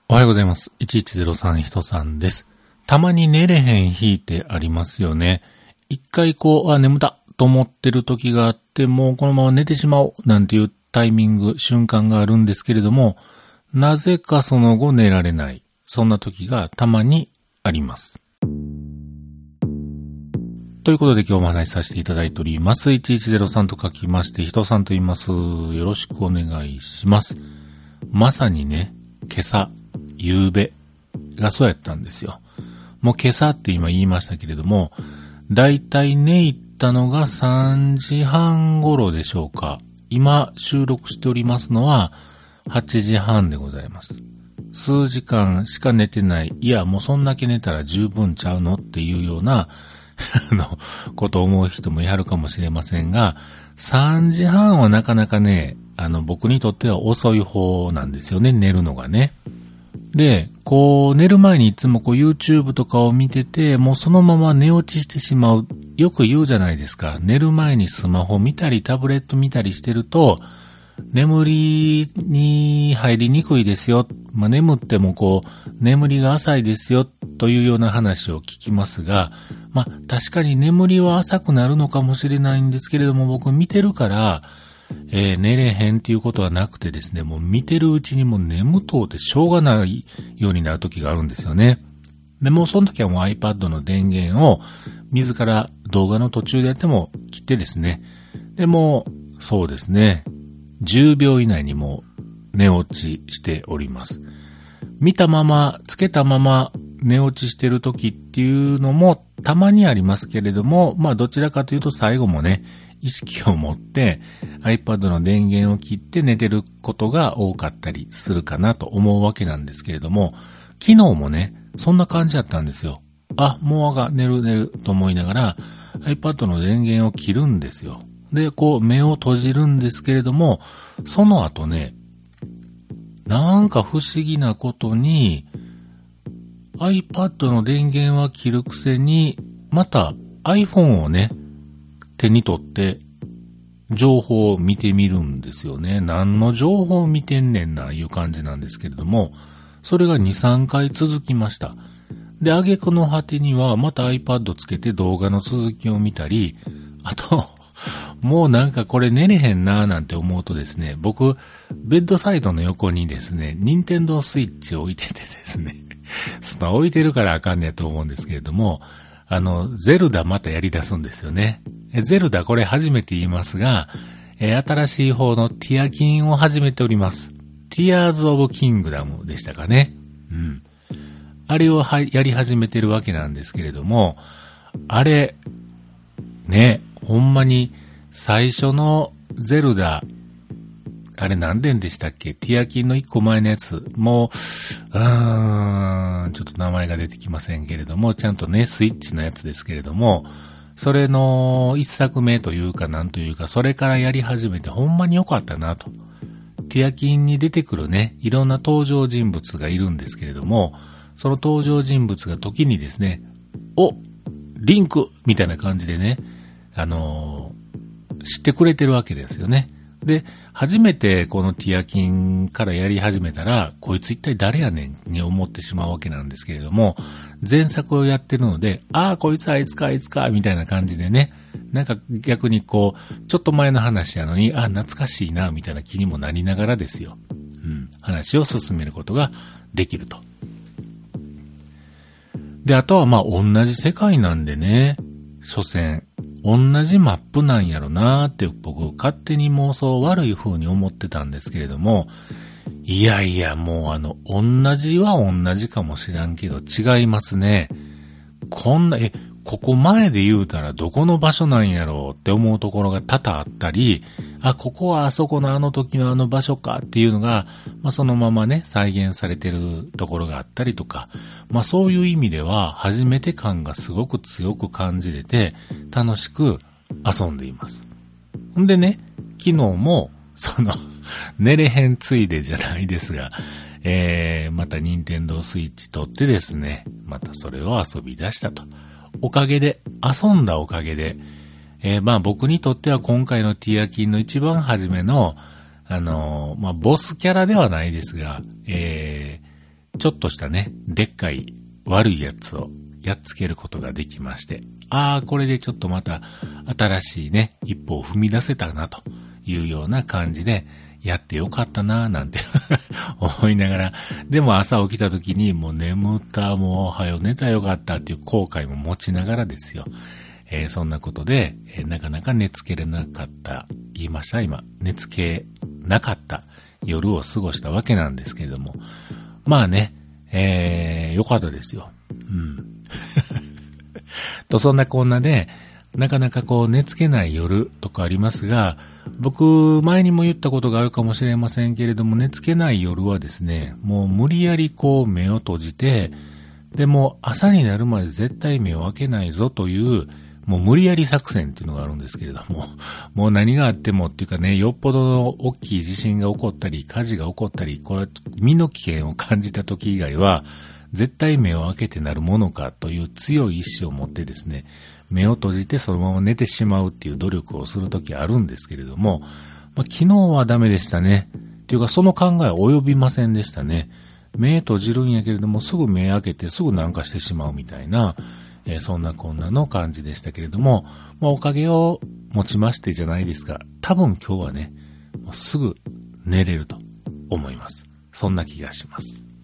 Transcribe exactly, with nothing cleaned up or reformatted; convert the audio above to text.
おはようございます。いちいちゼロさんひとさんです。たまに寝れへん日ってありますよね。一回こう、あ、眠たと思ってる時があって、もうこのまま寝てしまおうなんていうタイミング、瞬間があるんですけれども、なぜかその後寝られない。そんな時がたまにあります。ということで今日もお話しさせていただいております。いちいちゼロさんと書きまして、ひとさんと言います。よろしくお願いします。まさにね、今朝、夕べがそうやったんですよ。もう今朝って今言いましたけれども、だいたい寝入ったのがさんじはん頃でしょうか。今収録しておりますのははちじはんでございます。数時間しか寝てない。いや、もうそんだけ寝たら十分ちゃうのっていうようなあのことを思う人もいはるかもしれませんが、さんじはんはなかなかね、あの僕にとっては遅い方なんですよね、寝るのがね。で、こう寝る前にいつもこう YouTube とかを見てて、もうそのまま寝落ちしてしまう。よく言うじゃないですか。寝る前にスマホ見たりタブレット見たりしてると、眠りに入りにくいですよ。まあ、眠ってもこう、眠りが浅いですよというような話を聞きますが、まあ、確かに眠りは浅くなるのかもしれないんですけれども、僕見てるから、えー、寝れへんっていうことはなくてですね、もう見てるうちにもう眠とうてしょうがないようになる時があるんですよね。で、もうその時はもう iPad の電源を自ら動画の途中でやっても切ってですね、でもうそうですね、じゅうびょう以内にもう寝落ちしております。見たまま、つけたまま寝落ちしてる時っていうのもたまにありますけれども、まあどちらかというと最後もね、意識を持って iPad の電源を切って寝てることが多かったりするかなと思うわけなんですけれども、昨日もね、そんな感じだったんですよ。あ、もうあが寝る寝ると思いながら iPad の電源を切るんですよ。で、こう目を閉じるんですけれども、その後ね、なんか不思議なことに iPad の電源は切るくせに、また iPhone をね、手に取って情報を見てみるんですよね。何の情報を見てんねんないう感じなんですけれども、それがに、さんかい続きました。で、挙句の果てにはまた iPad つけて動画の続きを見たり、あともうなんかこれ寝れへんなーなんて思うとですね、僕ベッドサイドの横にですね、ニンテンドースイッチを置いててですね、その置いてるからあかんねやと思うんですけれども、あのゼルダまたやり出すんですよね。ゼルダこれ初めて言いますが、えー、新しい方のティアキンを始めております。ティアーズ・オブ・キングダムでしたかね。うん。あれをはやり始めてるわけなんですけれども、あれ、ね、ほんまに最初のゼルダ、あれ何年でしたっけ？ティアキンの一個前のやつ。もう、うーん、ちょっと名前が出てきませんけれども、ちゃんとね、スイッチのやつですけれども、それの一作目というかなんというか、それからやり始めてほんまに良かったなと。ティアキンに出てくるね、いろんな登場人物がいるんですけれども、その登場人物が時にですね、お、リンクみたいな感じでね、あのー、知ってくれてるわけですよね。で、初めてこのティアキンからやり始めたら、こいつ一体誰やねんに思ってしまうわけなんですけれども、前作をやってるので、ああ、こいつあいつかあいつか、みたいな感じでね、なんか逆にこう、ちょっと前の話やのに、ああ、懐かしいな、みたいな気にもなりながらですよ。うん、話を進めることができると。で、あとはまあ同じ世界なんでね、所詮、同じマップなんやろなーって僕勝手に妄想悪い風に思ってたんですけれども、いやいやもうあの同じは同じかもしらんけど違いますね。こんな、え、ここ前で言うたらどこの場所なんやろうって思うところが多々あったり、あ、ここはあそこのあの時のあの場所かっていうのが、まあ、そのままね再現されてるところがあったりとか、まあそういう意味では初めて感がすごく強く感じれて楽しく遊んでいます。んでね、昨日もその寝れへんついでじゃないですが、えー、また任天堂スイッチ取ってですね、またそれを遊び出したと。おかげで、遊んだおかげで、えー、まあ僕にとっては今回のティアキンの一番初めの、あのー、まあボスキャラではないですが、えちょっとしたね、でっかい悪いやつをやっつけることができまして、ああ、これでちょっとまた新しいね、一歩を踏み出せたなというような感じで、やってよかったなぁなんて思いながら、でも朝起きた時にもう眠った、もうはよ寝たよかったっていう後悔も持ちながらですよ。えー、そんなことで、えー、なかなか寝つけれなかった、言いました今、寝つけなかった夜を過ごしたわけなんですけれども、まあね、えー、よかったですよ。うん。と、そんなこんなで、なかなかこう寝つけない夜とかありますが、僕前にも言ったことがあるかもしれませんけれども、寝つけない夜はですね、もう無理やりこう目を閉じて、でも朝になるまで絶対目を開けないぞという、もう無理やり作戦っていうのがあるんですけれども、もう何があってもっていうかね、よっぽどの大きい地震が起こったり、火事が起こったり、これ身の危険を感じた時以外は、絶対目を開けてなるものかという強い意志を持ってですね、目を閉じてそのまま寝てしまうっていう努力をするときあるんですけれども、まあ、昨日はダメでしたね。っていうかその考えは及びませんでしたね。目閉じるんやけれどもすぐ目開けてすぐなんかしてしまうみたいな、えー、そんなこんなの感じでしたけれども、まあ、おかげをもちましてじゃないですか。多分今日はね、もうすぐ寝れると思います。そんな気がします。